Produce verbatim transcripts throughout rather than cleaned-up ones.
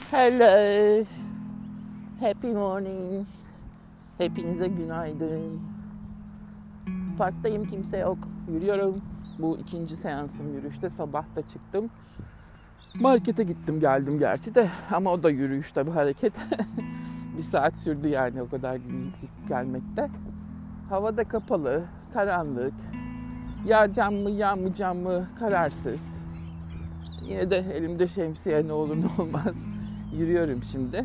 Hello. Happy morning. Hepinize günaydın. Parktayım, kimse yok. Yürüyorum. Bu ikinci seansım yürüyüşte. Sabah da çıktım. Markete gittim geldim gerçi de. Ama o da yürüyüş tabii, hareket. Bir saat sürdü yani o kadar gidip gelmekte. Hava da kapalı, karanlık. Yağacağım mı yağmayacağım mı kararsız. Yine de elimde şemsiye, ne olur ne olmaz. Yürüyorum şimdi.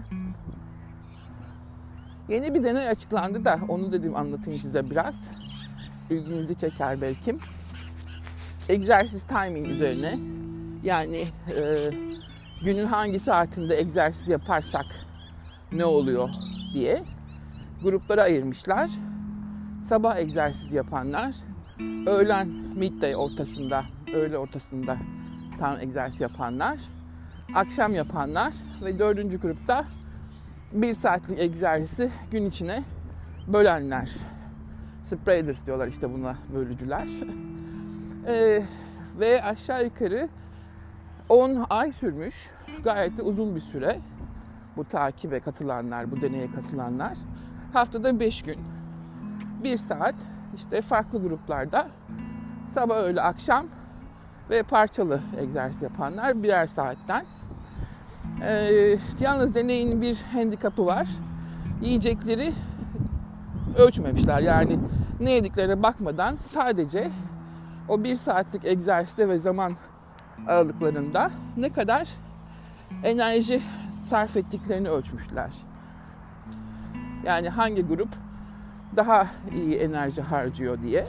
Yeni bir deney açıklandı da onu dedim anlatayım size biraz. İlginizi çeker belki. Egzersiz timing üzerine. Yani e, günün hangi saatinde egzersiz yaparsak ne oluyor diye gruplara ayırmışlar. Sabah egzersiz yapanlar, öğlen midday ortasında, öğle ortasında tam egzersiz yapanlar, akşam yapanlar ve dördüncü grupta bir saatlik egzersizi gün içine bölenler. Spreaders diyorlar işte buna, bölücüler. ee, ve aşağı yukarı on ay sürmüş. Gayet de uzun bir süre. Bu takibe katılanlar, bu deneye katılanlar. Haftada beş gün. Bir saat işte farklı gruplarda sabah, öğle, akşam ve parçalı egzersiz yapanlar birer saatten. Ee, yalnız deneyin bir handikapı var. Yiyecekleri ölçmemişler. Yani ne yediklerine bakmadan sadece o bir saatlik egzersizde ve zaman aralıklarında ne kadar enerji sarf ettiklerini ölçmüşler. Yani hangi grup daha iyi enerji harcıyor diye.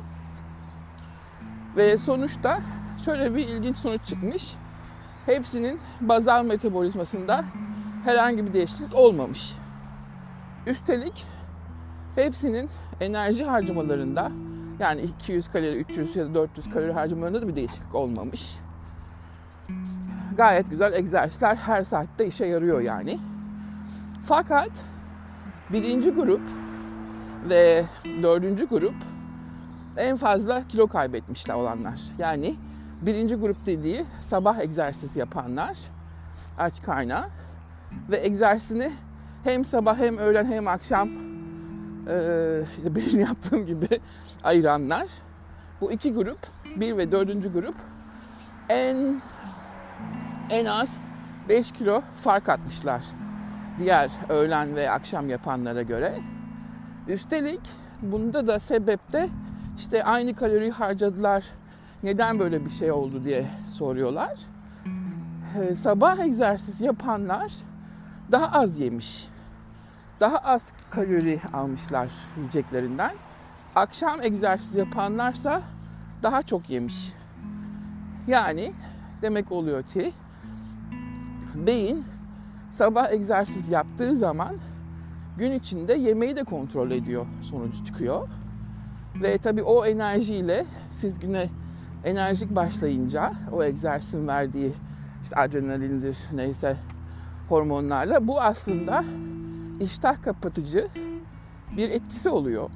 Ve sonuçta şöyle bir ilginç sonuç çıkmış. Hepsinin bazal metabolizmasında herhangi bir değişiklik olmamış. Üstelik hepsinin enerji harcamalarında, yani iki yüz kalori, üç yüz ya da dört yüz kalori harcamalarında da bir değişiklik olmamış. Gayet güzel egzersizler, her saatte işe yarıyor yani. Fakat birinci grup ve dördüncü grup en fazla kilo kaybetmişler olanlar. Yani birinci grup dediği sabah egzersiz yapanlar, aç karnına ve egzersizini hem sabah hem öğlen hem akşam e, benim yaptığım gibi ayıranlar. Bu iki grup, bir ve dördüncü grup en en az beş kilo fark atmışlar diğer öğlen ve akşam yapanlara göre. Üstelik bunda da sebep de işte aynı kaloriyi harcadılar, neden böyle bir şey oldu diye soruyorlar. Ee, sabah egzersiz yapanlar daha az yemiş. Daha az kalori almışlar yiyeceklerinden. Akşam egzersiz yapanlarsa daha çok yemiş. Yani demek oluyor ki beyin sabah egzersiz yaptığı zaman gün içinde yemeği de kontrol ediyor sonucu çıkıyor. Ve tabii o enerjiyle siz güne enerjik başlayınca o egzersizin verdiği işte adrenalindir neyse hormonlarla bu aslında iştah kapatıcı bir etkisi oluyor.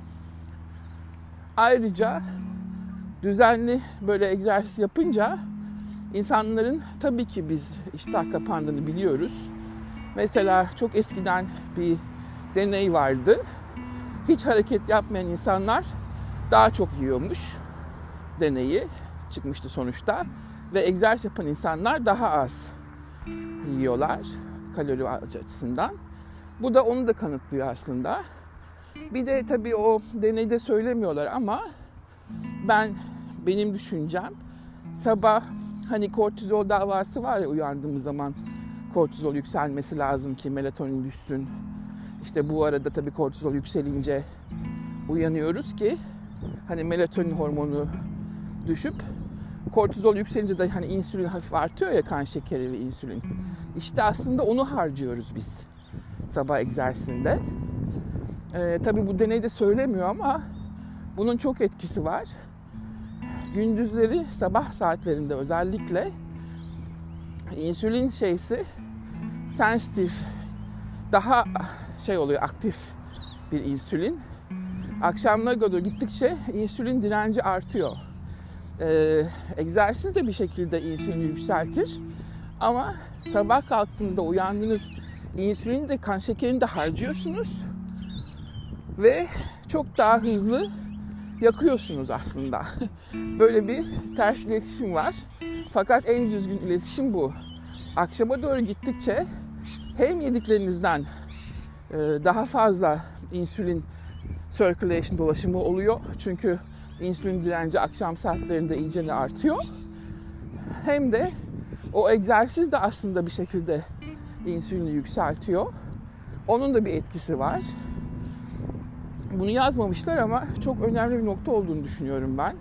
Ayrıca düzenli böyle egzersiz yapınca insanların, tabii ki biz iştah kapandığını biliyoruz. Mesela çok eskiden bir deney vardı. Hiç hareket yapmayan insanlar daha çok yiyormuş. Deneyi çıkmıştı sonuçta. Ve egzersiz yapan insanlar daha az yiyorlar kalori açısından. Bu da onu da kanıtlıyor aslında. Bir de tabii o deneyde söylemiyorlar ama ben, benim düşüncem, sabah hani kortizol davası var ya, uyandığımız zaman kortizol yükselmesi lazım ki melatonin düşsün. İşte bu arada tabii kortizol yükselince uyanıyoruz ki hani melatonin hormonu düşüp kortizol yükselince de hani insülin hafif artıyor ya, kan şekeri ve insülin. İşte aslında onu harcıyoruz biz sabah egzersizinde. Ee, tabii bu deneyde söylemiyor ama bunun çok etkisi var. Gündüzleri sabah saatlerinde özellikle insülin şeysi sensitif, daha şey oluyor, aktif bir insülin. Akşamlara doğru gittikçe insülin direnci artıyor. Ee, egzersiz de bir şekilde insülini yükseltir. Ama sabah kalktığınızda, uyandığınız insülini de kan şekerini de harcıyorsunuz ve çok daha hızlı yakıyorsunuz aslında. Böyle bir ters iletişim var. Fakat en düzgün iletişim bu. Akşama doğru gittikçe hem yediklerinizden daha fazla insülin circulation dolaşımı oluyor. Çünkü insülin direnci akşam saatlerinde iyice artıyor. Hem de o egzersiz de aslında bir şekilde insülini yükseltiyor. Onun da bir etkisi var. Bunu yazmamışlar ama çok önemli bir nokta olduğunu düşünüyorum ben.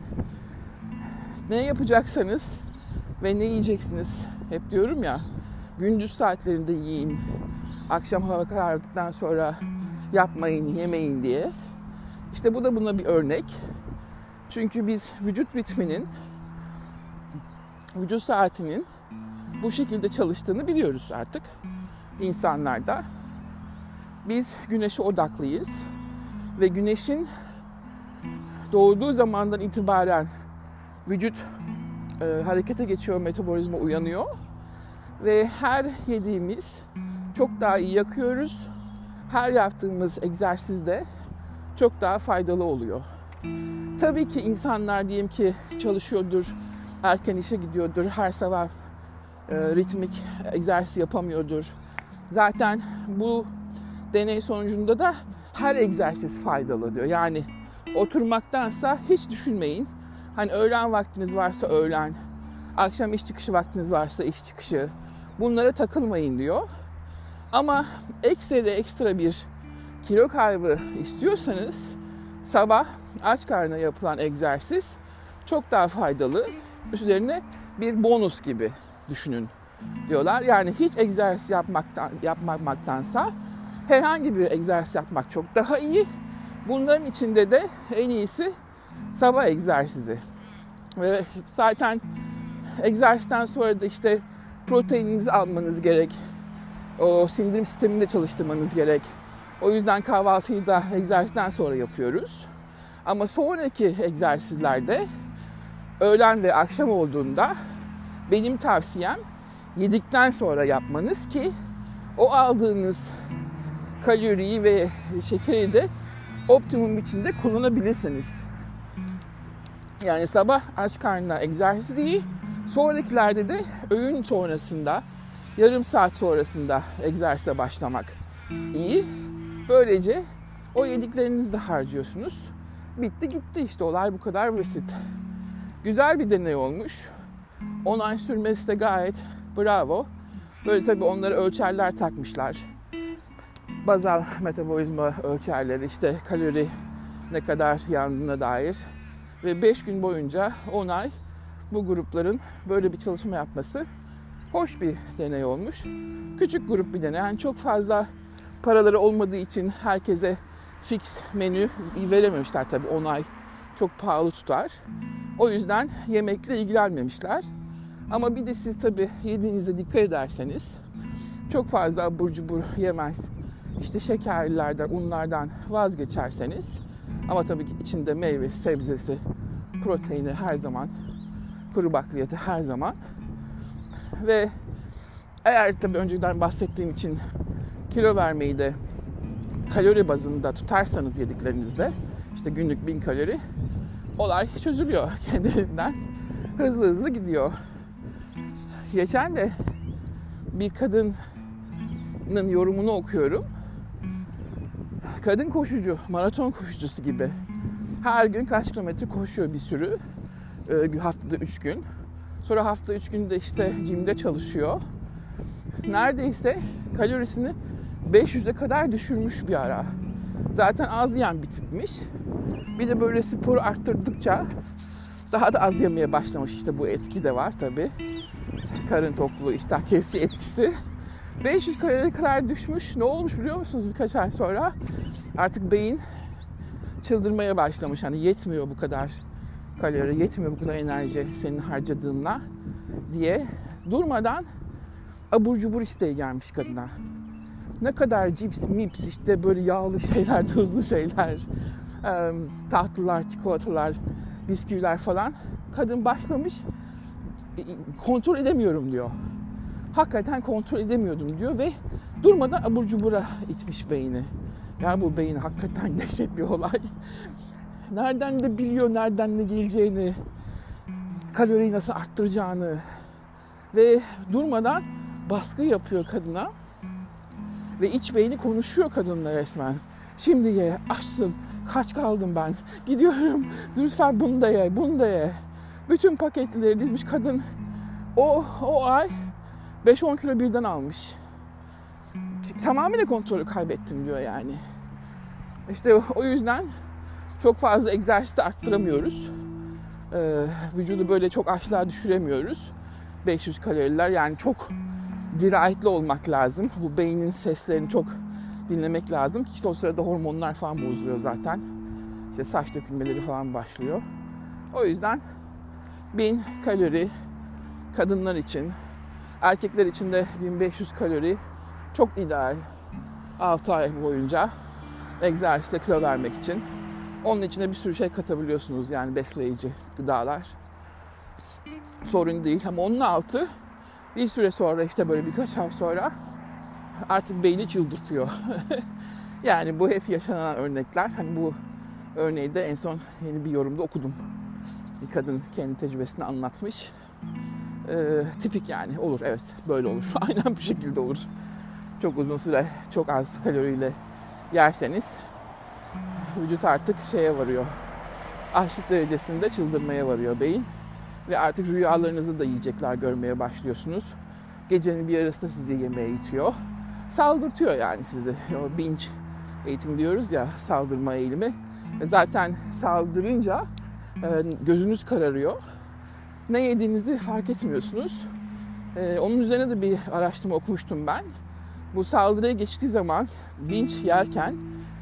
Ne yapacaksanız ve ne yiyeceksiniz hep diyorum ya, gündüz saatlerinde yiyin, akşam hava karardıktan sonra yapmayın, yemeyin diye. İşte bu da buna bir örnek. Çünkü biz vücut ritminin, vücut saatinin bu şekilde çalıştığını biliyoruz artık insanlarda. Biz güneşe odaklıyız ve güneşin doğduğu zamandan itibaren vücut e, harekete geçiyor, metabolizma uyanıyor ve her yediğimiz çok daha iyi yakıyoruz. Her yaptığımız egzersizde çok daha faydalı oluyor. Tabii ki insanlar diyelim ki çalışıyordur, erken işe gidiyordur, her sabah e, ritmik egzersiz yapamıyordur. Zaten bu deney sonucunda da her egzersiz faydalı diyor. Yani oturmaktansa hiç düşünmeyin. Hani öğlen vaktiniz varsa öğlen, akşam iş çıkışı vaktiniz varsa iş çıkışı. Bunlara takılmayın diyor. Ama ekstra ekstra bir kilo kaybı istiyorsanız sabah aç karnına yapılan egzersiz çok daha faydalı. Üzerine bir bonus gibi düşünün diyorlar. Yani hiç egzersiz yapmaktan yapmamaktansa herhangi bir egzersiz yapmak çok daha iyi. Bunların içinde de en iyisi sabah egzersizi. Ve zaten egzersizden sonra da işte proteininizi almanız gerek. O sindirim sistemini de çalıştırmanız gerek. O yüzden kahvaltıyı da egzersizden sonra yapıyoruz. Ama sonraki egzersizlerde öğlen ve akşam olduğunda benim tavsiyem yedikten sonra yapmanız ki o aldığınız kaloriyi ve şekeri de optimum biçimde kullanabilirsiniz. Yani sabah aç karnına egzersiz iyi, sonrakilerde de öğün sonrasında, yarım saat sonrasında egzersize başlamak iyi. Böylece o yediklerinizi de harcıyorsunuz. Bitti gitti işte, olay bu kadar basit. Güzel bir deney olmuş. on ay sürmesi de gayet bravo. Böyle tabii onlara ölçerler takmışlar. Bazal metabolizma ölçerleri, işte kalori ne kadar yandığına dair. Ve beş gün boyunca on ay bu grupların böyle bir çalışma yapması hoş bir deney olmuş. Küçük grup bir deney. Yani çok fazla paraları olmadığı için herkese fix menü verememişler tabii. on ay çok pahalı tutar. O yüzden yemekle ilgilenmemişler. Ama bir de siz tabii yediğinizde dikkat ederseniz çok fazla abur cubur yemez, İşte şekerlilerden, unlardan vazgeçerseniz, ama tabii ki içinde meyve, sebzesi, proteini her zaman, kuru bakliyatı her zaman ve eğer tabii önceden bahsettiğim için kilo vermeyi de kalori bazında tutarsanız yediklerinizde, işte günlük bin kalori, olay çözülüyor kendiliğinden, hızlı hızlı gidiyor. Geçen de bir kadının yorumunu okuyorum. Kadın koşucu, maraton koşucusu gibi. Her gün kaç kilometre koşuyor bir sürü. E, haftada üç gün. Sonra hafta üç günde işte jimde çalışıyor. Neredeyse kalorisini beş yüze kadar düşürmüş bir ara. Zaten az yiyen bir tipmiş. Bir de böyle sporu arttırdıkça daha da az yemeye başlamış. İşte bu etki de var tabii. Karın tokluğu, iştah kesici etkisi. beş yüz kaloriye kadar düşmüş. Ne olmuş biliyor musunuz birkaç ay sonra? Artık beyin çıldırmaya başlamış. Hani yetmiyor bu kadar kalori, yetmiyor bu kadar enerji senin harcadığınla diye durmadan abur cubur isteği gelmiş kadına. Ne kadar cips, mips, işte böyle yağlı şeyler, tuzlu şeyler, tatlılar, çikolatalar, bisküviler falan. Kadın başlamış, kontrol edemiyorum diyor. Hakikaten kontrol edemiyordum diyor ve durmadan abur cubura itmiş beyni. Ya bu beyin hakikaten dehşet bir olay. Nereden de biliyor nereden ne geleceğini, kaloriyi nasıl arttıracağını ve durmadan baskı yapıyor kadına. Ve iç beyni konuşuyor kadınla resmen. Şimdi ye, açsın, kaç kaldım ben, gidiyorum, lütfen bunu da ye, bunu da ye. Bütün paketleri dizmiş kadın. O, o ay beş on kilo birden almış. Tamamıyla kontrolü kaybettim diyor yani. İşte o yüzden çok fazla egzersiz de arttıramıyoruz. Ee, vücudu böyle çok aşağı düşüremiyoruz. beş yüz kaloriler yani çok dirayetli olmak lazım. Bu beynin seslerini çok dinlemek lazım. İşte o sırada hormonlar falan bozuluyor zaten. İşte saç dökülmeleri falan başlıyor. O yüzden bin kalori kadınlar için, erkekler için de bin beş yüz kalori çok ideal. altı ay boyunca egzersizle kilo vermek için. Onun içine bir sürü şey katabiliyorsunuz yani besleyici gıdalar. Sorun değil ama onun altı bir süre sonra işte böyle birkaç ay sonra artık beyni çıldırtıyor. Yani bu hep yaşanan örnekler. Hani bu örneği de en son yeni bir yorumda okudum. Bir kadın kendi tecrübesini anlatmış. Ee, tipik yani olur evet böyle olur. Aynen bu şekilde olur. Çok uzun süre çok az kaloriyle yerseniz vücut artık şeye varıyor. Açlık derecesinde çıldırmaya varıyor beyin. Ve artık rüyalarınızda da yiyecekler görmeye başlıyorsunuz. Gecenin bir yarısında sizi yemeğe itiyor. Saldırtıyor yani sizi. O binge eğitim diyoruz ya, saldırma eğilimi. Zaten saldırınca gözünüz kararıyor. Ne yediğinizi fark etmiyorsunuz. Onun üzerine de bir araştırma okumuştum ben. Bu saldırıya geçtiği zaman binge yerken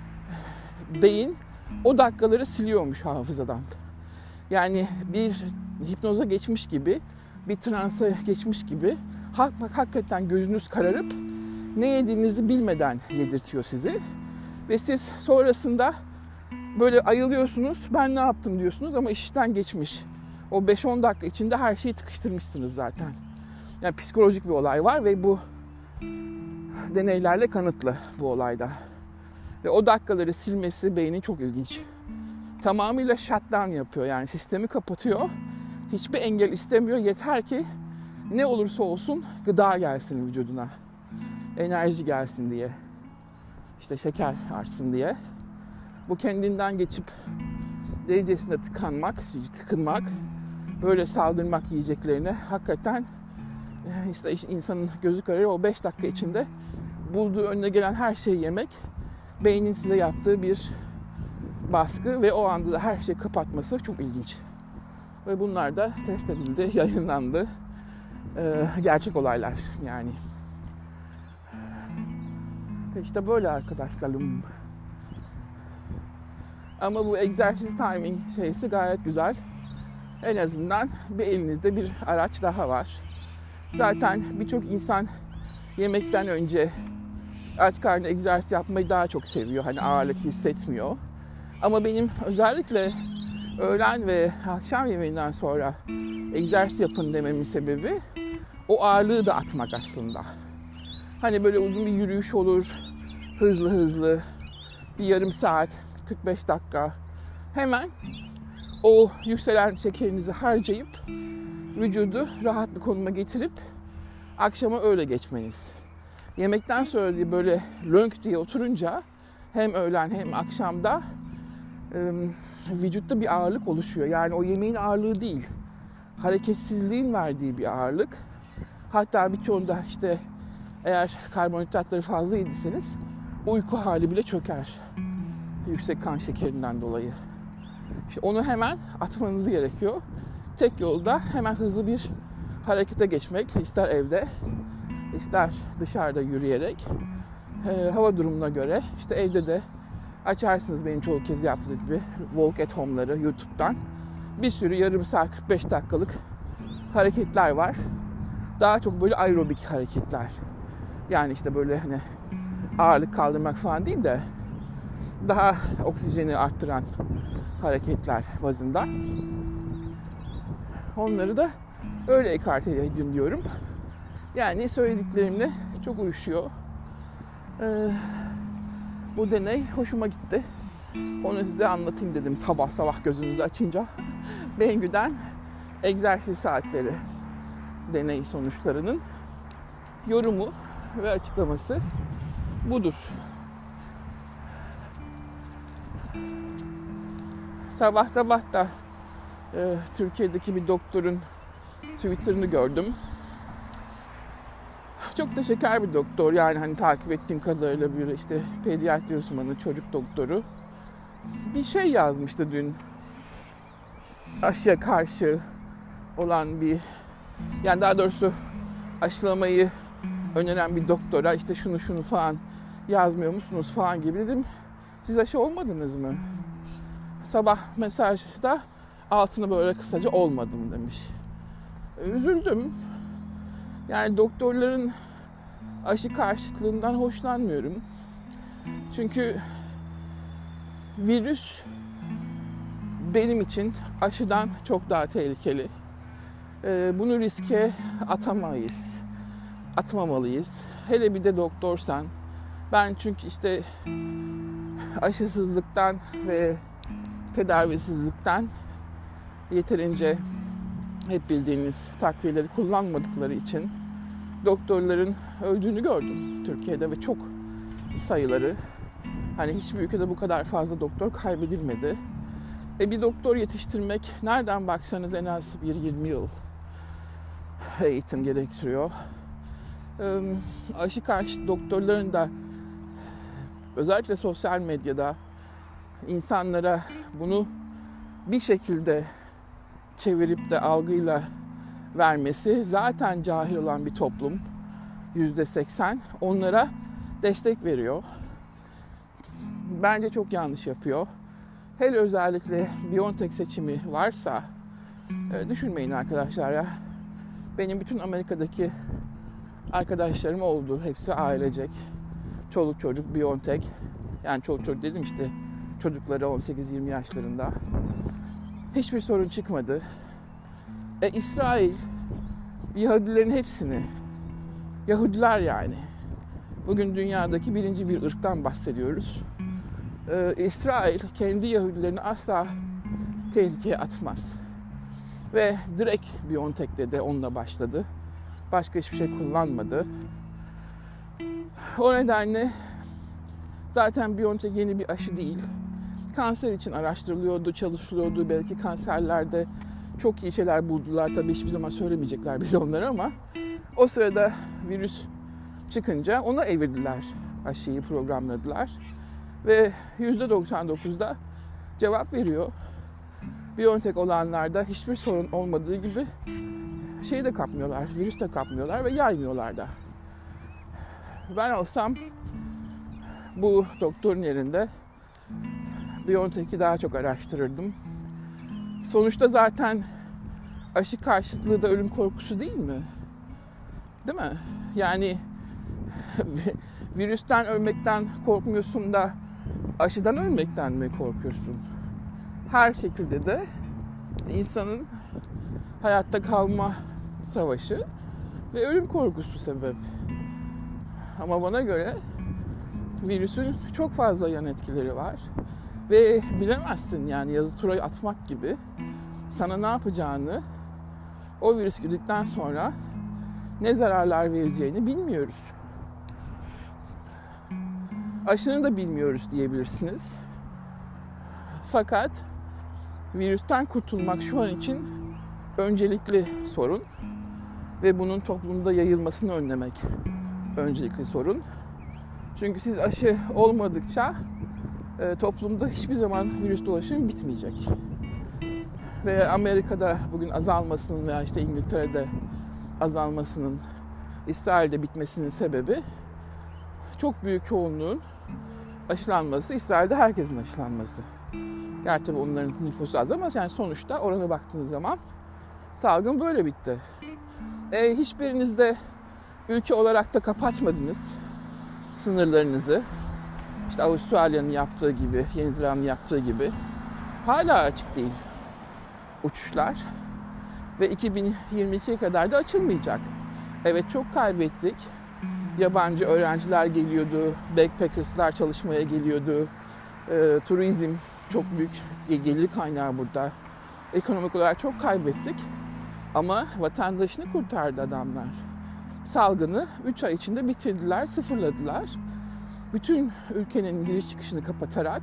beyin o dakikaları siliyormuş hafızadan. Yani bir hipnoza geçmiş gibi, bir transa geçmiş gibi hakikaten gözünüz kararıp ne yediğinizi bilmeden yedirtiyor sizi. Ve siz sonrasında böyle ayılıyorsunuz, ben ne yaptım diyorsunuz ama işten geçmiş. O beş on dakika içinde her şeyi tıkıştırmışsınız zaten. Yani psikolojik bir olay var ve bu deneylerle kanıtlı bu olayda. Ve o dakikaları silmesi beynin çok ilginç. Tamamıyla shutdown yapıyor yani sistemi kapatıyor. Hiçbir engel istemiyor. Yeter ki ne olursa olsun gıda gelsin vücuduna. Enerji gelsin diye. İşte şeker artsın diye. Bu kendinden geçip derecesinde tıkanmak, tıkınmak, böyle saldırmak yiyeceklerine hakikaten işte insanın gözü kararıyor. O beş dakika içinde bulduğu önüne gelen her şeyi yemek beynin size yaptığı bir baskı ve o anda da her şeyi kapatması çok ilginç. Ve bunlar da test edildi, yayınlandı. Ee, gerçek olaylar yani. İşte böyle arkadaşlarım. Ama bu egzersiz timing şeysi gayet güzel. En azından bir elinizde bir araç daha var. Zaten birçok insan yemekten önce aç karnına egzersiz yapmayı daha çok seviyor. Hani ağırlık hissetmiyor. Ama benim özellikle öğlen ve akşam yemeğinden sonra egzersiz yapın dememin sebebi o ağırlığı da atmak aslında. Hani böyle uzun bir yürüyüş olur, hızlı hızlı bir yarım saat, kırk beş dakika hemen o yükselen şekerinizi harcayıp vücudu rahat bir konuma getirip akşama öyle geçmeniz. Yemekten sonra diye böyle lönk diye oturunca hem öğlen hem akşamda e, vücutta bir ağırlık oluşuyor. Yani o yemeğin ağırlığı değil, hareketsizliğin verdiği bir ağırlık. Hatta birçoğunda işte eğer karbonhidratları fazla yediyseniz uyku hali bile çöker. Yüksek kan şekerinden dolayı. İşte onu hemen atmanız gerekiyor. Tek yolda hemen hızlı bir harekete geçmek. İster evde, ister dışarıda yürüyerek. E, hava durumuna göre. İşte evde de açarsınız benim çoğu kez yaptığı gibi walk at home'ları YouTube'dan. Bir sürü yarım saat kırk beş dakikalık hareketler var. Daha çok böyle aerobik hareketler. Yani işte böyle hani ağırlık kaldırmak falan değil de daha oksijeni arttıran hareketler bazında. Onları da öyle ekarte edeyim diyorum. Yani söylediklerimle çok uyuşuyor. Ee, bu deney hoşuma gitti. Onu size anlatayım dedim sabah sabah gözünüzü açınca. Bengü'den egzersiz saatleri deney sonuçlarının yorumu ve açıklaması budur. Sabah sabah da e, Türkiye'deki bir doktorun Twitter'ını gördüm. Çok da şeker bir doktor, yani hani takip ettiğim kadarıyla bir işte pediatri uzmanı, çocuk doktoru. Bir şey yazmıştı dün. Aşıya karşı olan bir, yani daha doğrusu aşılamayı öneren bir doktora işte şunu şunu falan yazmıyor musunuz falan gibi dedim. Siz aşı olmadınız mı? Sabah mesajda altına böyle kısaca olmadım demiş. Üzüldüm. Yani doktorların aşı karşıtlığından hoşlanmıyorum. Çünkü virüs benim için aşıdan çok daha tehlikeli. Bunu riske atamayız. Atmamalıyız. Hele bir de doktorsan. Ben çünkü işte aşısızlıktan ve tedavisizlikten yeterince hep bildiğiniz takviyeleri kullanmadıkları için doktorların öldüğünü gördüm Türkiye'de ve çok sayıları. Hani hiçbir ülkede bu kadar fazla doktor kaybedilmedi. E bir doktor yetiştirmek nereden baksanız en az bir yirmi yıl eğitim gerektiriyor. Ee, aşı karşı doktorların da özellikle sosyal medyada insanlara bunu bir şekilde çevirip de algıyla vermesi, zaten cahil olan bir toplum yüzde seksen onlara destek veriyor. Bence çok yanlış yapıyor. Hele özellikle BioNTech seçimi varsa e, düşünmeyin arkadaşlar ya. Benim bütün Amerika'daki arkadaşlarım oldu. Hepsi ailecek. Çoluk çocuk BioNTech. Yani çoluk çocuk dedim işte çocukları on sekiz yirmi yaşlarında. Hiçbir sorun çıkmadı. E, İsrail Yahudilerin hepsini, Yahudiler yani, bugün dünyadaki birinci bir ırktan bahsediyoruz. Ee, İsrail kendi Yahudilerini asla tehlikeye atmaz. Ve direkt BioNTech'te de onunla başladı. Başka hiçbir şey kullanmadı. O nedenle zaten BioNTech yeni bir aşı değil. Kanser için araştırılıyordu, çalışılıyordu. Belki kanserlerde çok iyi şeyler buldular. Tabii hiçbir zaman söylemeyecekler bize onları ama o sırada virüs çıkınca ona evirdiler. Aşıyı programladılar. Ve yüzde doksan dokuzda cevap veriyor. BioNTech olanlarda hiçbir sorun olmadığı gibi şey de kapmıyorlar, virüs de kapmıyorlar ve yaymıyorlar da. Ben olsam bu doktorun yerinde BioNTech'i daha çok araştırırdım. Sonuçta zaten aşı karşıtlığı da ölüm korkusu değil mi? Değil mi? Yani virüsten ölmekten korkmuyorsun da aşıdan ölmekten mi korkuyorsun? Her şekilde de insanın hayatta kalma savaşı ve ölüm korkusu sebep. Ama bana göre virüsün çok fazla yan etkileri var. Ve bilemezsin, yani yazı tura atmak gibi sana ne yapacağını, o virüs girdikten sonra ne zararlar vereceğini bilmiyoruz. Aşını da bilmiyoruz diyebilirsiniz. Fakat virüsten kurtulmak şu an için öncelikli sorun ve bunun toplumda yayılmasını önlemek öncelikli sorun. Çünkü siz aşı olmadıkça e, toplumda hiçbir zaman virüs dolaşımı bitmeyecek. Ve Amerika'da bugün azalmasının veya işte İngiltere'de azalmasının, İsrail'de bitmesinin sebebi çok büyük çoğunluğun aşılanması, İsrail'de herkesin aşılanması. Gerçi tabii onların nüfusu az ama yani sonuçta orana baktığınız zaman salgın böyle bitti. E, hiçbiriniz de ülke olarak da kapatmadınız sınırlarınızı. İşte Avustralya'nın yaptığı gibi, Yeni Zelanda'nın yaptığı gibi hala açık değil uçuşlar. Ve iki bin yirmi ikiye kadar da açılmayacak. Evet, çok kaybettik. Yabancı öğrenciler geliyordu, backpackers'lar çalışmaya geliyordu. E, turizm çok büyük gelir kaynağı burada. Ekonomik olarak çok kaybettik. Ama vatandaşını kurtardı adamlar. Salgını üç ay içinde bitirdiler, sıfırladılar. Bütün ülkenin giriş çıkışını kapatarak,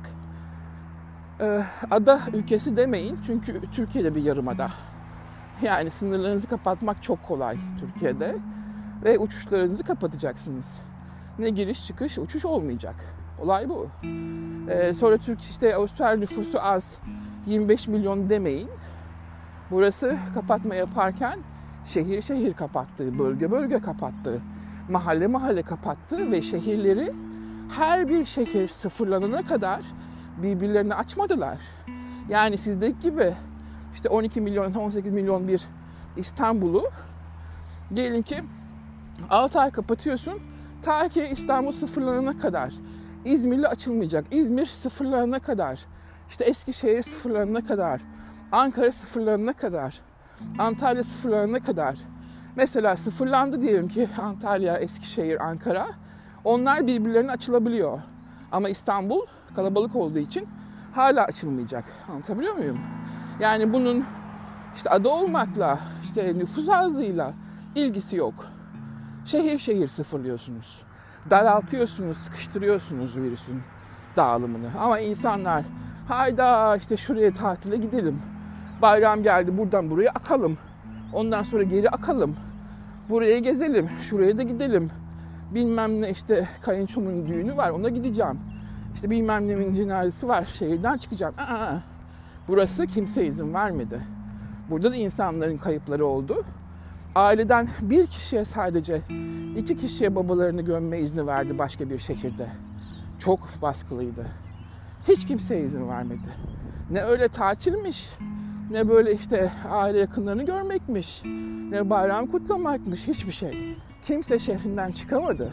e, ada ülkesi demeyin çünkü Türkiye'de bir yarımada. Yani sınırlarınızı kapatmak çok kolay Türkiye'de ve uçuşlarınızı kapatacaksınız. Ne giriş çıkış, uçuş olmayacak. Olay bu. E, sonra Türk işte Avustralya nüfusu az, yirmi beş milyon demeyin. Burası kapatma yaparken şehir şehir kapattı, bölge bölge kapattı, mahalle mahalle kapattı ve şehirleri her bir şehir sıfırlanana kadar birbirlerini açmadılar. Yani sizdeki gibi işte on iki milyon, on sekiz milyon bir İstanbul'u diyelim ki altı ay kapatıyorsun ta ki İstanbul sıfırlanana kadar. İzmir'le açılmayacak. İzmir sıfırlanana kadar. İşte Eskişehir sıfırlanana kadar. Ankara sıfırlanana kadar. Antalya sıfırlanana kadar. Mesela sıfırlandı diyelim ki Antalya, Eskişehir, Ankara. Onlar birbirlerine açılabiliyor. Ama İstanbul kalabalık olduğu için hala açılmayacak. Anlatabiliyor muyum? Yani bunun işte ada olmakla, işte nüfus azlığıyla ilgisi yok. Şehir şehir sıfırlıyorsunuz. Daraltıyorsunuz, sıkıştırıyorsunuz virüsün dağılımını. Ama insanlar hayda işte şuraya tatile gidelim. Bayram geldi buradan buraya akalım. Ondan sonra geri akalım. Buraya gezelim, şuraya da gidelim. Bilmem ne işte kayınçomun düğünü var ona gideceğim. İşte bilmem nemin cenazesi var şehirden çıkacağım. Aa, burası kimse izin vermedi. Burada da insanların kayıpları oldu. Aileden bir kişiye sadece iki kişiye babalarını gömme izni verdi başka bir şehirde. Çok baskılıydı. Hiç kimseye izin vermedi. Ne öyle tatilmiş, ne böyle işte aile yakınlarını görmekmiş, ne bayram kutlamakmış, hiçbir şey. Kimse şehrinden çıkamadı.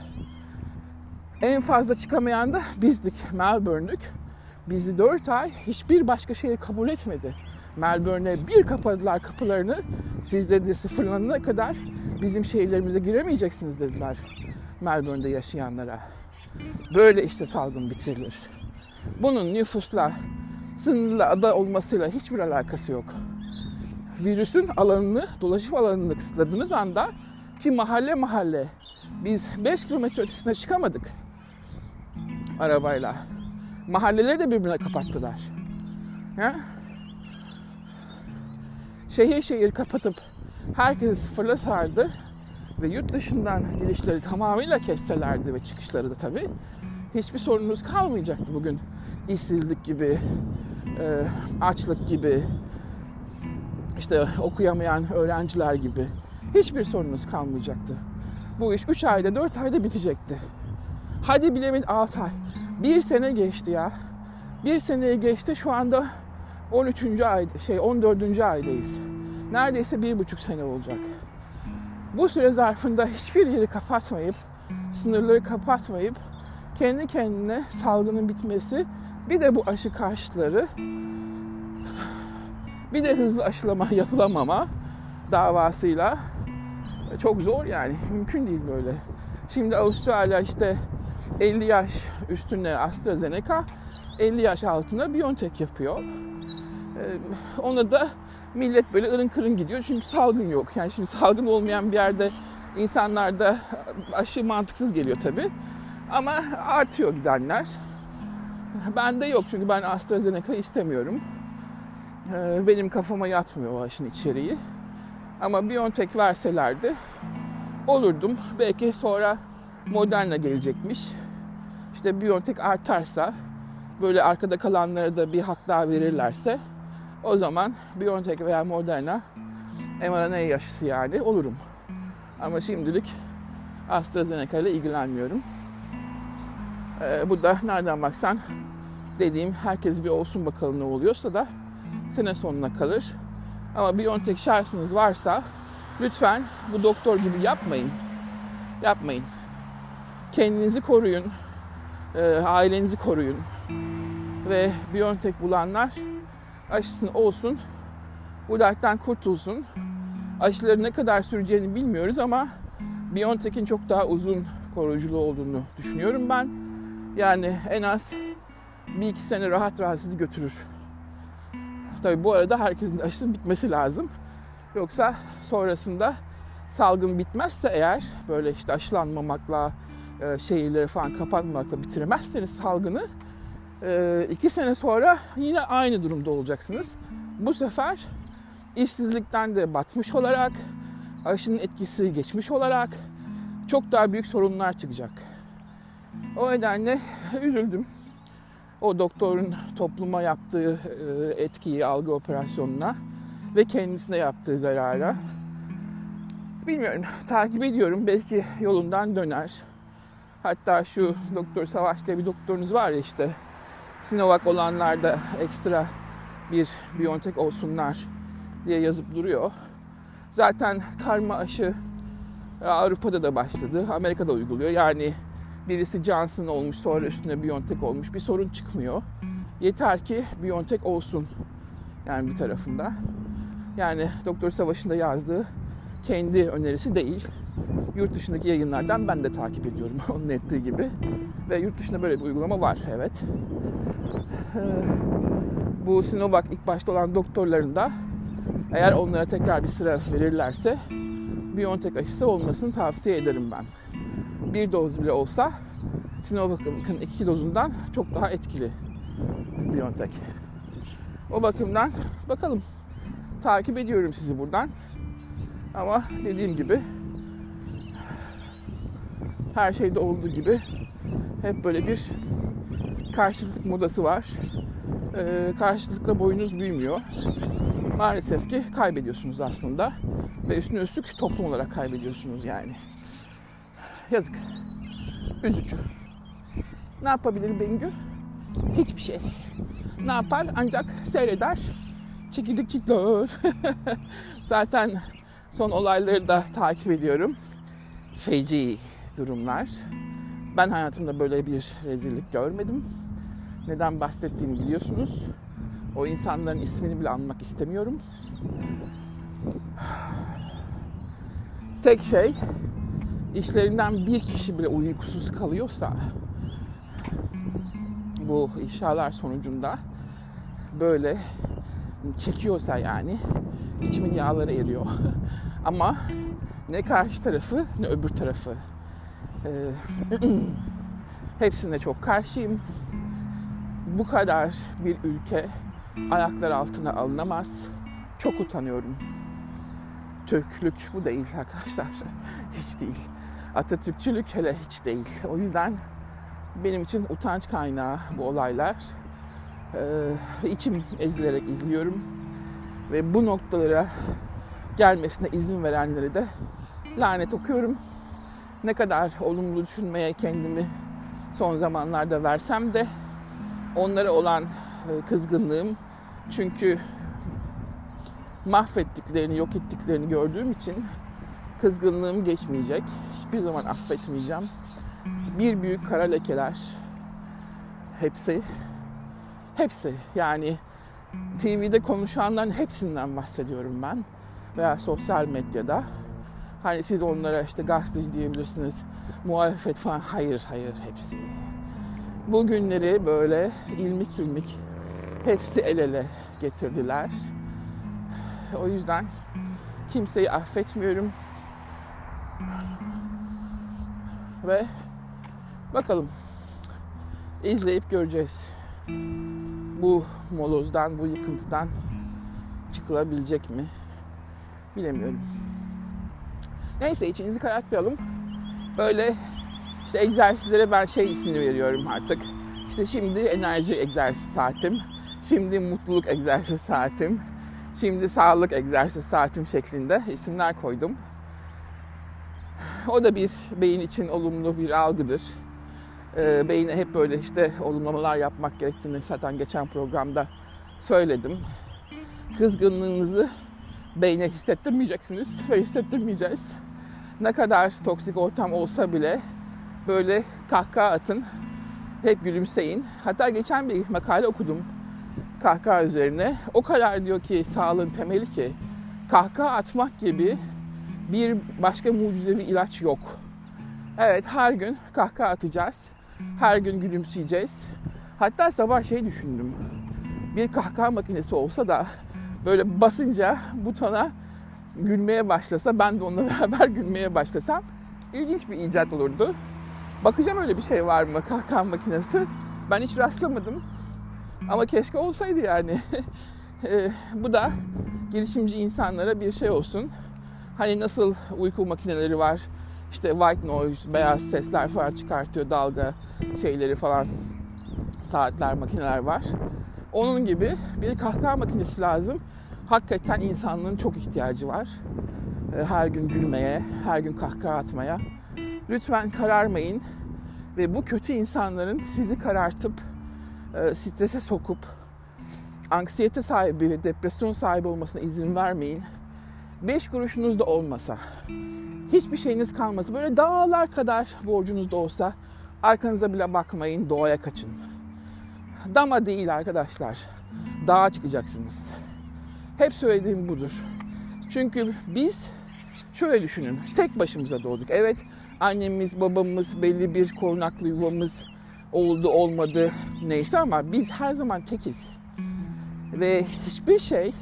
En fazla çıkamayan da bizdik, Melbourne'dük. Bizi dört ay hiçbir başka şehir kabul etmedi. Melbourne'e bir kapadılar kapılarını. Siz dedi sıfırlanana kadar bizim şehirlerimize giremeyeceksiniz dediler Melbourne'de yaşayanlara. Böyle işte salgın bitirilir. Bunun nüfusla, sınırlı ada olmasıyla hiçbir alakası yok. Virüsün alanını, dolaşım alanını kısıtladığınız anda ki mahalle mahalle biz beş kilometre ötesine çıkamadık arabayla. Mahalleleri de birbirine kapattılar. Ha? Şehir şehir kapatıp herkesi sıfırla sardı ve yurt dışından girişleri tamamıyla kesselerdi ve çıkışları da tabii hiçbir sorununuz kalmayacaktı bugün. İşsizlik gibi, e, açlık gibi, işte okuyamayan öğrenciler gibi hiçbir sorununuz kalmayacaktı. Bu iş üç ayda, dört ayda bitecekti. Hadi bilemedim altı ay. Bir sene geçti ya. Bir seneye geçti şu anda on üçüncü ay, şey on dördüncü aydayız. Neredeyse bir buçuk sene olacak. Bu süre zarfında hiçbir yeri kapatmayıp, sınırları kapatmayıp, kendi kendine salgının bitmesi, bir de bu aşı karşıtları, bir de hızlı aşılama yapılamama davasıyla çok zor yani. Mümkün değil böyle. Şimdi Avustralya işte elli yaş üstüne AstraZeneca, elli yaş altına BioNTech yapıyor. Ee, ona da millet böyle ırın kırın gidiyor çünkü salgın yok. Yani şimdi salgın olmayan bir yerde insanlarda aşı mantıksız geliyor tabii. Ama artıyor gidenler. Bende yok çünkü ben AstraZeneca istemiyorum. Ee, benim kafama yatmıyor o aşının içeriği. Ama BioNTech verselerdi olurdum. Belki sonra Moderna gelecekmiş. İşte BioNTech artarsa, böyle arkada kalanlara da bir hak daha verirlerse o zaman BioNTech veya Moderna M R N A aşısı yani olurum. Ama şimdilik AstraZeneca ile ilgilenmiyorum. Ee, bu da nereden baksan dediğim herkes bir olsun bakalım ne oluyorsa da sene sonuna kalır. Ama BioNTech şansınız varsa lütfen bu doktor gibi yapmayın. Yapmayın. Kendinizi koruyun. E, ailenizi koruyun. Ve BioNTech bulanlar aşısını olsun. Bu dertten kurtulsun. Aşıları ne kadar süreceğini bilmiyoruz ama BioNTech'in çok daha uzun koruyuculuğu olduğunu düşünüyorum ben. Yani en az bir iki sene rahat rahat sizi götürür. Tabii bu arada herkesin de aşısının bitmesi lazım. Yoksa sonrasında salgın bitmezse eğer böyle işte aşılanmamakla, şehirleri falan kapatmamakla bitiremezseniz salgını iki sene sonra yine aynı durumda olacaksınız. Bu sefer işsizlikten de batmış olarak, aşının etkisi geçmiş olarak çok daha büyük sorunlar çıkacak. O nedenle üzüldüm. O doktorun topluma yaptığı etkiyi, algı operasyonuna ve kendisine yaptığı zarara. Bilmiyorum, takip ediyorum. Belki yolundan döner. Hatta şu Doktor Savaş diye bir doktorunuz var ya işte. Sinovac olanlarda ekstra bir BioNTech olsunlar diye yazıp duruyor. Zaten karma aşı Avrupa'da da başladı. Amerika'da uyguluyor. Yani birisi Johnson olmuş sonra üstüne BioNTech olmuş. Bir sorun çıkmıyor. Yeter ki BioNTech olsun. Yani bir tarafında. Yani Doktor Savaş'ın da yazdığı kendi önerisi değil. Yurt dışındaki yayınlardan ben de takip ediyorum onun ettiği gibi. Ve yurt dışında böyle bir uygulama var, evet. Bu Sinovac ilk başta olan doktorların da eğer onlara tekrar bir sıra verirlerse BioNTech aşısı olmasını tavsiye ederim ben. Bir doz bile olsa Sinovac'ın iki dozundan çok daha etkili BioNTech. O bakımdan bakalım. Takip ediyorum sizi buradan. Ama dediğim gibi her şeyde olduğu gibi hep böyle bir karşıtlık modası var. Ee, karşıtlıkla boyunuz büyümüyor. Maalesef ki kaybediyorsunuz aslında. Ve üstüne üstlük toplum olarak kaybediyorsunuz yani. Yazık. Üzücü. Ne yapabilir Bengü? Hiçbir şey. Ne yapar? Ancak seyreder. Çekirdek çitler. Zaten son olayları da takip ediyorum. Feci durumlar. Ben hayatımda böyle bir rezillik görmedim. Neden bahsettiğimi biliyorsunuz. O insanların ismini bile anmak istemiyorum. Tek şey, işlerinden bir kişi bile uykusuz kalıyorsa bu ifşalar sonucunda böyle çekiyorsa yani içimin yağları eriyor. Ama ne karşı tarafı ne öbür tarafı. Ee, hepsine çok karşıyım. Bu kadar bir ülke ayaklar altına alınamaz. Çok utanıyorum. Türklük bu değil arkadaşlar. Hiç değil. Atatürkçülük hele hiç değil. O yüzden benim için utanç kaynağı bu olaylar. Ee, içim ezilerek izliyorum. Ve bu noktalara gelmesine izin verenleri de lanet okuyorum. Ne kadar olumlu düşünmeye kendimi son zamanlarda versem de onlara olan kızgınlığım, çünkü mahvettiklerini, yok ettiklerini gördüğüm için kızgınlığım geçmeyecek. Hiçbir zaman affetmeyeceğim. Bir büyük kara lekeler. Hepsi. Hepsi. Yani T V'de konuşanların hepsinden bahsediyorum ben. Veya sosyal medyada. Hani siz onlara işte gazeteci diyebilirsiniz, muhalefet falan. Hayır, hayır, hepsi. Bu günleri böyle ilmik ilmik hepsi el ele getirdiler. O yüzden kimseyi affetmiyorum. Ve bakalım, izleyip göreceğiz. Bu molozdan, bu yıkıntıdan çıkılabilecek mi? Bilemiyorum. Neyse, içinizi karartmayalım. Böyle işte egzersizlere ben şey ismini veriyorum artık. İşte şimdi enerji egzersiz saatim. Şimdi mutluluk egzersiz saatim. Şimdi sağlık egzersiz saatim şeklinde isimler koydum. O da bir beyin için olumlu bir algıdır. E, beyine hep böyle işte olumlamalar yapmak gerektiğini zaten geçen programda söyledim. Kızgınlığınızı beyne hissettirmeyeceksiniz ve hissettirmeyeceğiz. Ne kadar toksik ortam olsa bile böyle kahkaha atın, hep gülümseyin. Hatta geçen bir makale okudum kahkaha üzerine. O kadar diyor ki sağlığın temeli ki kahkaha atmak gibi bir başka mucizevi ilaç yok. Evet, her gün kahkaha atacağız. Her gün gülümseyeceğiz. Hatta sabah şey düşündüm. Bir kahkaha makinesi olsa da böyle basınca butona gülmeye başlasa, ben de onunla beraber gülmeye başlasam ilginç bir icat olurdu. Bakacağım öyle bir şey var mı, kahkaha makinesi. Ben hiç rastlamadım. Ama keşke olsaydı yani. e, bu da girişimci insanlara bir şey olsun. Hani nasıl uyku makineleri var, işte white noise, beyaz sesler falan çıkartıyor, dalga şeyleri falan, saatler, makineler var. Onun gibi bir kahkaha makinesi lazım. Hakikaten insanlığın çok ihtiyacı var. Her gün gülmeye, her gün kahkaha atmaya. Lütfen kararmayın ve bu kötü insanların sizi karartıp, strese sokup, anksiyete sahibi ve depresyon sahibi olmasına izin vermeyin. Beş kuruşunuz da olmasa, hiçbir şeyiniz kalmasa, böyle dağlar kadar borcunuz da olsa arkanıza bile bakmayın, doğaya kaçın. Dama değil arkadaşlar, dağa çıkacaksınız. Hep söylediğim budur. Çünkü biz şöyle düşünün, tek başımıza doğduk. Evet, annemiz, babamız, belli bir korunaklı yuvamız oldu, olmadı neyse ama biz her zaman tekiz. Ve hiçbir şey,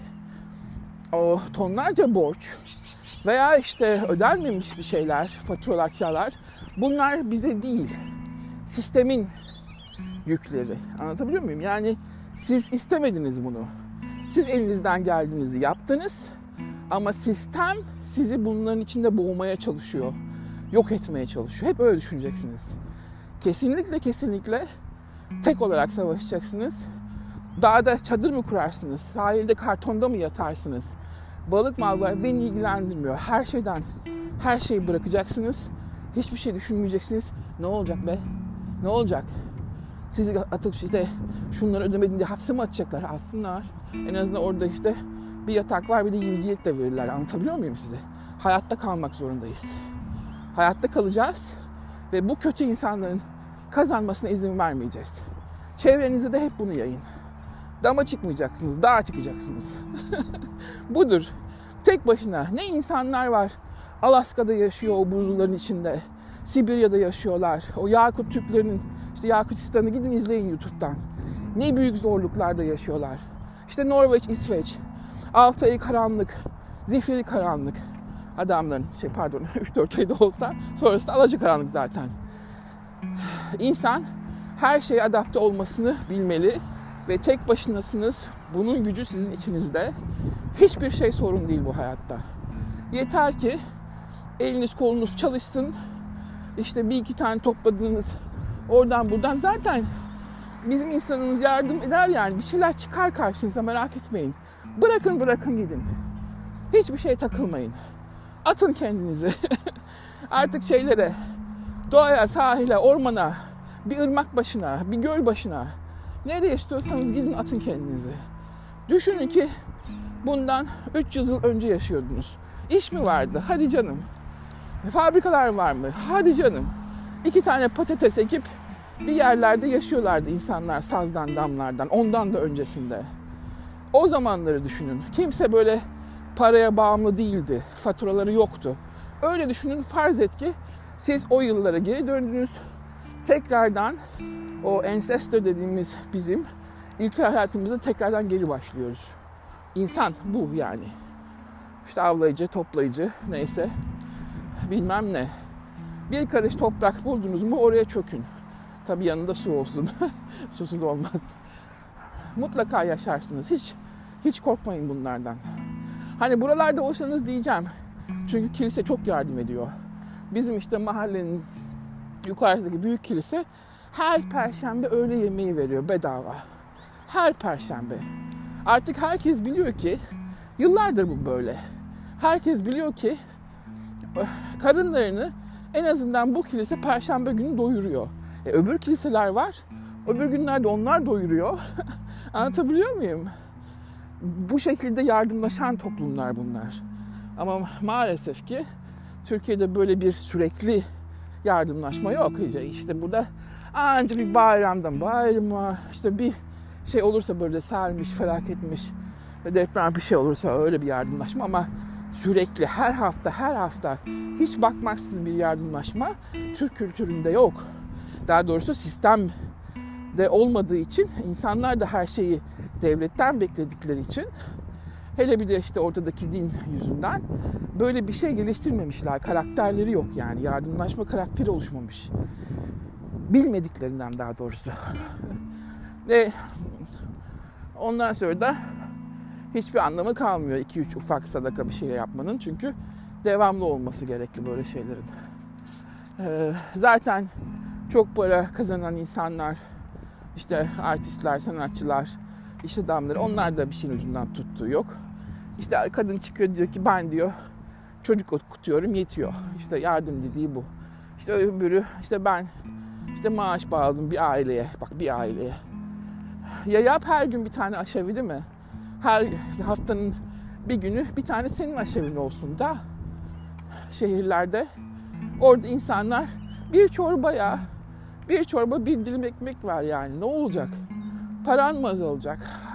o tonlarca borç veya işte ödenmemiş bir şeyler, faturalar, kiralar, bunlar bize değil, sistemin yükleri. Anlatabiliyor muyum? Yani siz istemediniz bunu. Siz elinizden geldiğinizi yaptınız ama sistem sizi bunların içinde boğmaya çalışıyor, yok etmeye çalışıyor. Hep öyle düşüneceksiniz. Kesinlikle kesinlikle tek olarak savaşacaksınız. Dağda çadır mı kurarsınız? Sahilde kartonda mı yatarsınız? Balık mı avlar beni ilgilendirmiyor. Her şeyden, her şeyi bırakacaksınız. Hiçbir şey düşünmeyeceksiniz. Ne olacak be? Ne olacak? Sizi atıp işte şunları ödemedin diye hapse mi atacaklar? Aslında en azından orada işte bir yatak var, bir de yiyecek de verirler. Anlatabiliyor muyum size? Hayatta kalmak zorundayız. Hayatta kalacağız ve bu kötü insanların kazanmasına izin vermeyeceğiz. Çevrenize de hep bunu yayın. Dama çıkmayacaksınız, dağa çıkacaksınız. Budur. Tek başına ne insanlar var. Alaska'da yaşıyor o buzulların içinde. Sibirya'da yaşıyorlar. O Yakut Türklerinin, işte Yakutistan'ı gidin izleyin YouTube'dan. Ne büyük zorluklarda yaşıyorlar. İşte Norveç, İsveç. altı ayı karanlık, zifiri karanlık. Adamların, şey pardon üç dört ayda olsa sonrasında alacakaranlık zaten. İnsan her şeye adapte olmasını bilmeli. Ve tek başınasınız. Bunun gücü sizin içinizde. Hiçbir şey sorun değil bu hayatta. Yeter ki eliniz kolunuz çalışsın. İşte bir iki tane topladığınız oradan buradan. Zaten bizim insanımız yardım eder yani. Bir şeyler çıkar karşınıza, merak etmeyin. Bırakın bırakın gidin. Hiçbir şeye takılmayın. Atın kendinizi. Artık şeylere, doğaya, sahile, ormana, bir ırmak başına, bir göl başına. Nereye istiyorsanız gidin, atın kendinizi. Düşünün ki bundan üç yüz yıl önce yaşıyordunuz. İş mi vardı? Hadi canım. Fabrikalar var mı? Hadi canım. İki tane patates ekip bir yerlerde yaşıyorlardı insanlar, sazdan, damlardan. Ondan da öncesinde. O zamanları düşünün. Kimse böyle paraya bağımlı değildi. Faturaları yoktu. Öyle düşünün, farz et ki siz o yıllara geri döndünüz. Tekrardan o ancestor dediğimiz bizim ilkel hayatımızda tekrardan geri başlıyoruz. İnsan bu yani. İşte avlayıcı, toplayıcı, neyse bilmem ne. Bir karış toprak buldunuz mu oraya çökün. Tabii yanında su olsun. Susuz olmaz. Mutlaka yaşarsınız. Hiç hiç korkmayın bunlardan. Hani buralarda olsanız diyeceğim. Çünkü kilise çok yardım ediyor. Bizim işte mahallenin yukarısındaki büyük kilise her perşembe öğle yemeği veriyor bedava. Her perşembe. Artık herkes biliyor ki, yıllardır bu böyle. Herkes biliyor ki karınlarını en azından bu kilise perşembe günü doyuruyor. E, öbür kiliseler var. Öbür günlerde onlar doyuruyor. Anlatabiliyor muyum? Bu şekilde yardımlaşan toplumlar bunlar. Ama maalesef ki Türkiye'de böyle bir sürekli yardımlaşma yok. İşte burada ancak bir bayramdan bayrama, işte bir şey olursa böyle selmiş, felaketmiş, deprem bir şey olursa öyle bir yardımlaşma ama sürekli her hafta her hafta hiç bakmaksızın bir yardımlaşma Türk kültüründe yok. Daha doğrusu sistemde olmadığı için, insanlar da her şeyi devletten bekledikleri için, hele bir de işte ortadaki din yüzünden böyle bir şey geliştirmemişler. Karakterleri yok yani. Yardımlaşma karakteri oluşmamış. Bilmediklerinden daha doğrusu. Ve ondan sonra da hiçbir anlamı kalmıyor iki üç ufak sadaka bir şey yapmanın. Çünkü devamlı olması gerekli böyle şeylerin. Ee, zaten çok para kazanan insanlar, işte artistler, sanatçılar, iş adamları, onlar da bir şeyin ucundan tuttuğu yok. İşte kadın çıkıyor diyor ki ben diyor çocuk okutuyorum yetiyor. İşte yardım dediği bu. İşte öbürü işte ben işte maaş bağladım bir aileye. Bak bir aileye. Ya yap her gün bir tane aşevi değil mi? Her haftanın bir günü bir tane senin aşevin olsun da şehirlerde. Orada insanlar bir çorbaya, bir çorba bir dilim ekmek var yani. Ne olacak? Paran mı azalacak?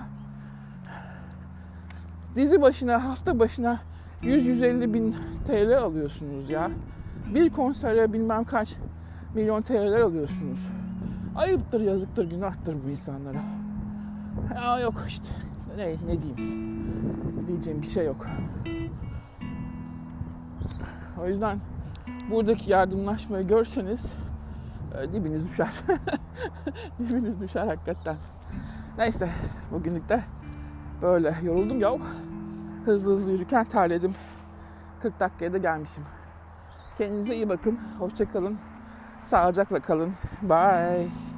Dizi başına, hafta başına yüz yüz elli bin T L alıyorsunuz ya. Bir konsere bilmem kaç milyon T L'ler alıyorsunuz. Ayıptır, yazıktır, günahtır bu insanlara. Ya yok işte. Ne, ne diyeyim? Diyeceğim bir şey yok. O yüzden buradaki yardımlaşmayı görseniz e, dibiniz düşer. Dibiniz düşer hakikaten. Neyse, bugünlük de böyle yoruldum ya. Hızlı hızlı yürürken terledim. kırk dakikaya da gelmişim. Kendinize iyi bakın. Hoşça kalın. Sağlıcakla kalın. Bye.